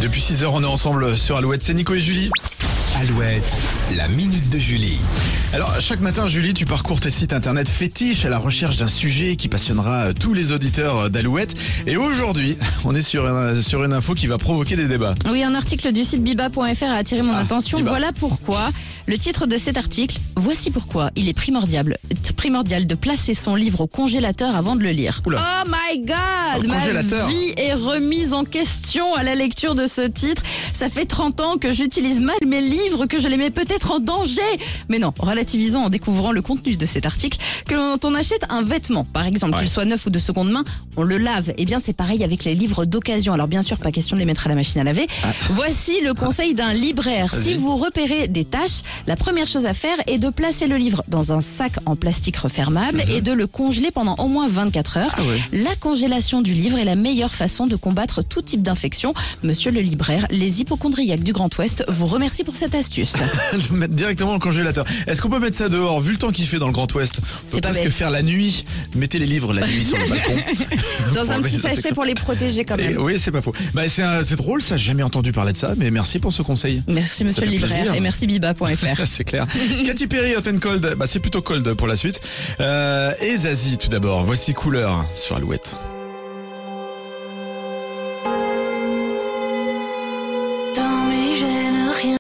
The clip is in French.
Depuis 6h, on est ensemble sur Alouette. C'est Nico et Julie. Alouette, la minute de Julie. Alors, chaque matin, Julie, tu parcours tes sites internet fétiches à la recherche d'un sujet qui passionnera tous les auditeurs d'Alouette. Et aujourd'hui, on est sur une info qui va provoquer des débats. Oui, un article du site biba.fr a attiré mon attention. Biba. Voilà pourquoi. Le titre de cet article, voici pourquoi il est primordial de placer son livre au congélateur avant de le lire. Oula. Oh my God, Au ma congélateur. vie est remise en question à la lecture de ce titre. Ça fait 30 ans que j'utilise mal mes livres, que je les mets peut-être en danger. Mais non, relativisons en découvrant le contenu de cet article. Que quand on achète un vêtement, par exemple, qu'il soit neuf ou de seconde main, on le lave. Eh bien, c'est pareil avec les livres d'occasion. Alors bien sûr, pas question de les mettre à la machine à laver. Voici le conseil d'un libraire. Vas-y. Si vous repérez des taches, la première chose à faire est de placer le livre dans un sac en plastique refermable et de le congeler pendant au moins 24 heures. Ah ouais. La congélation du livre est la meilleure façon de combattre tout type d'infection. Monsieur le libraire, les hypochondriaques du Grand Ouest vous remercient pour cette astuce. De mettre directement dans le congélateur. Est-ce qu'on peut mettre ça dehors? Vu le temps qu'il fait dans le Grand Ouest, on C'est peut pas presque bête. faire la nuit. Mettez les livres la nuit sur le balcon. Dans un Pour petit les sachet infections. pour les protéger quand Et même. oui, c'est pas faux. Bah, c'est drôle, ça. J'ai jamais entendu parler de ça, mais merci pour ce conseil. Merci monsieur fait le libraire plaisir. et merci biba.fr. C'est clair. Katy Perry, Hot and Cold, c'est plutôt cold pour la suite. Et Zazie, tout d'abord. Voici Couleur sur Alouette.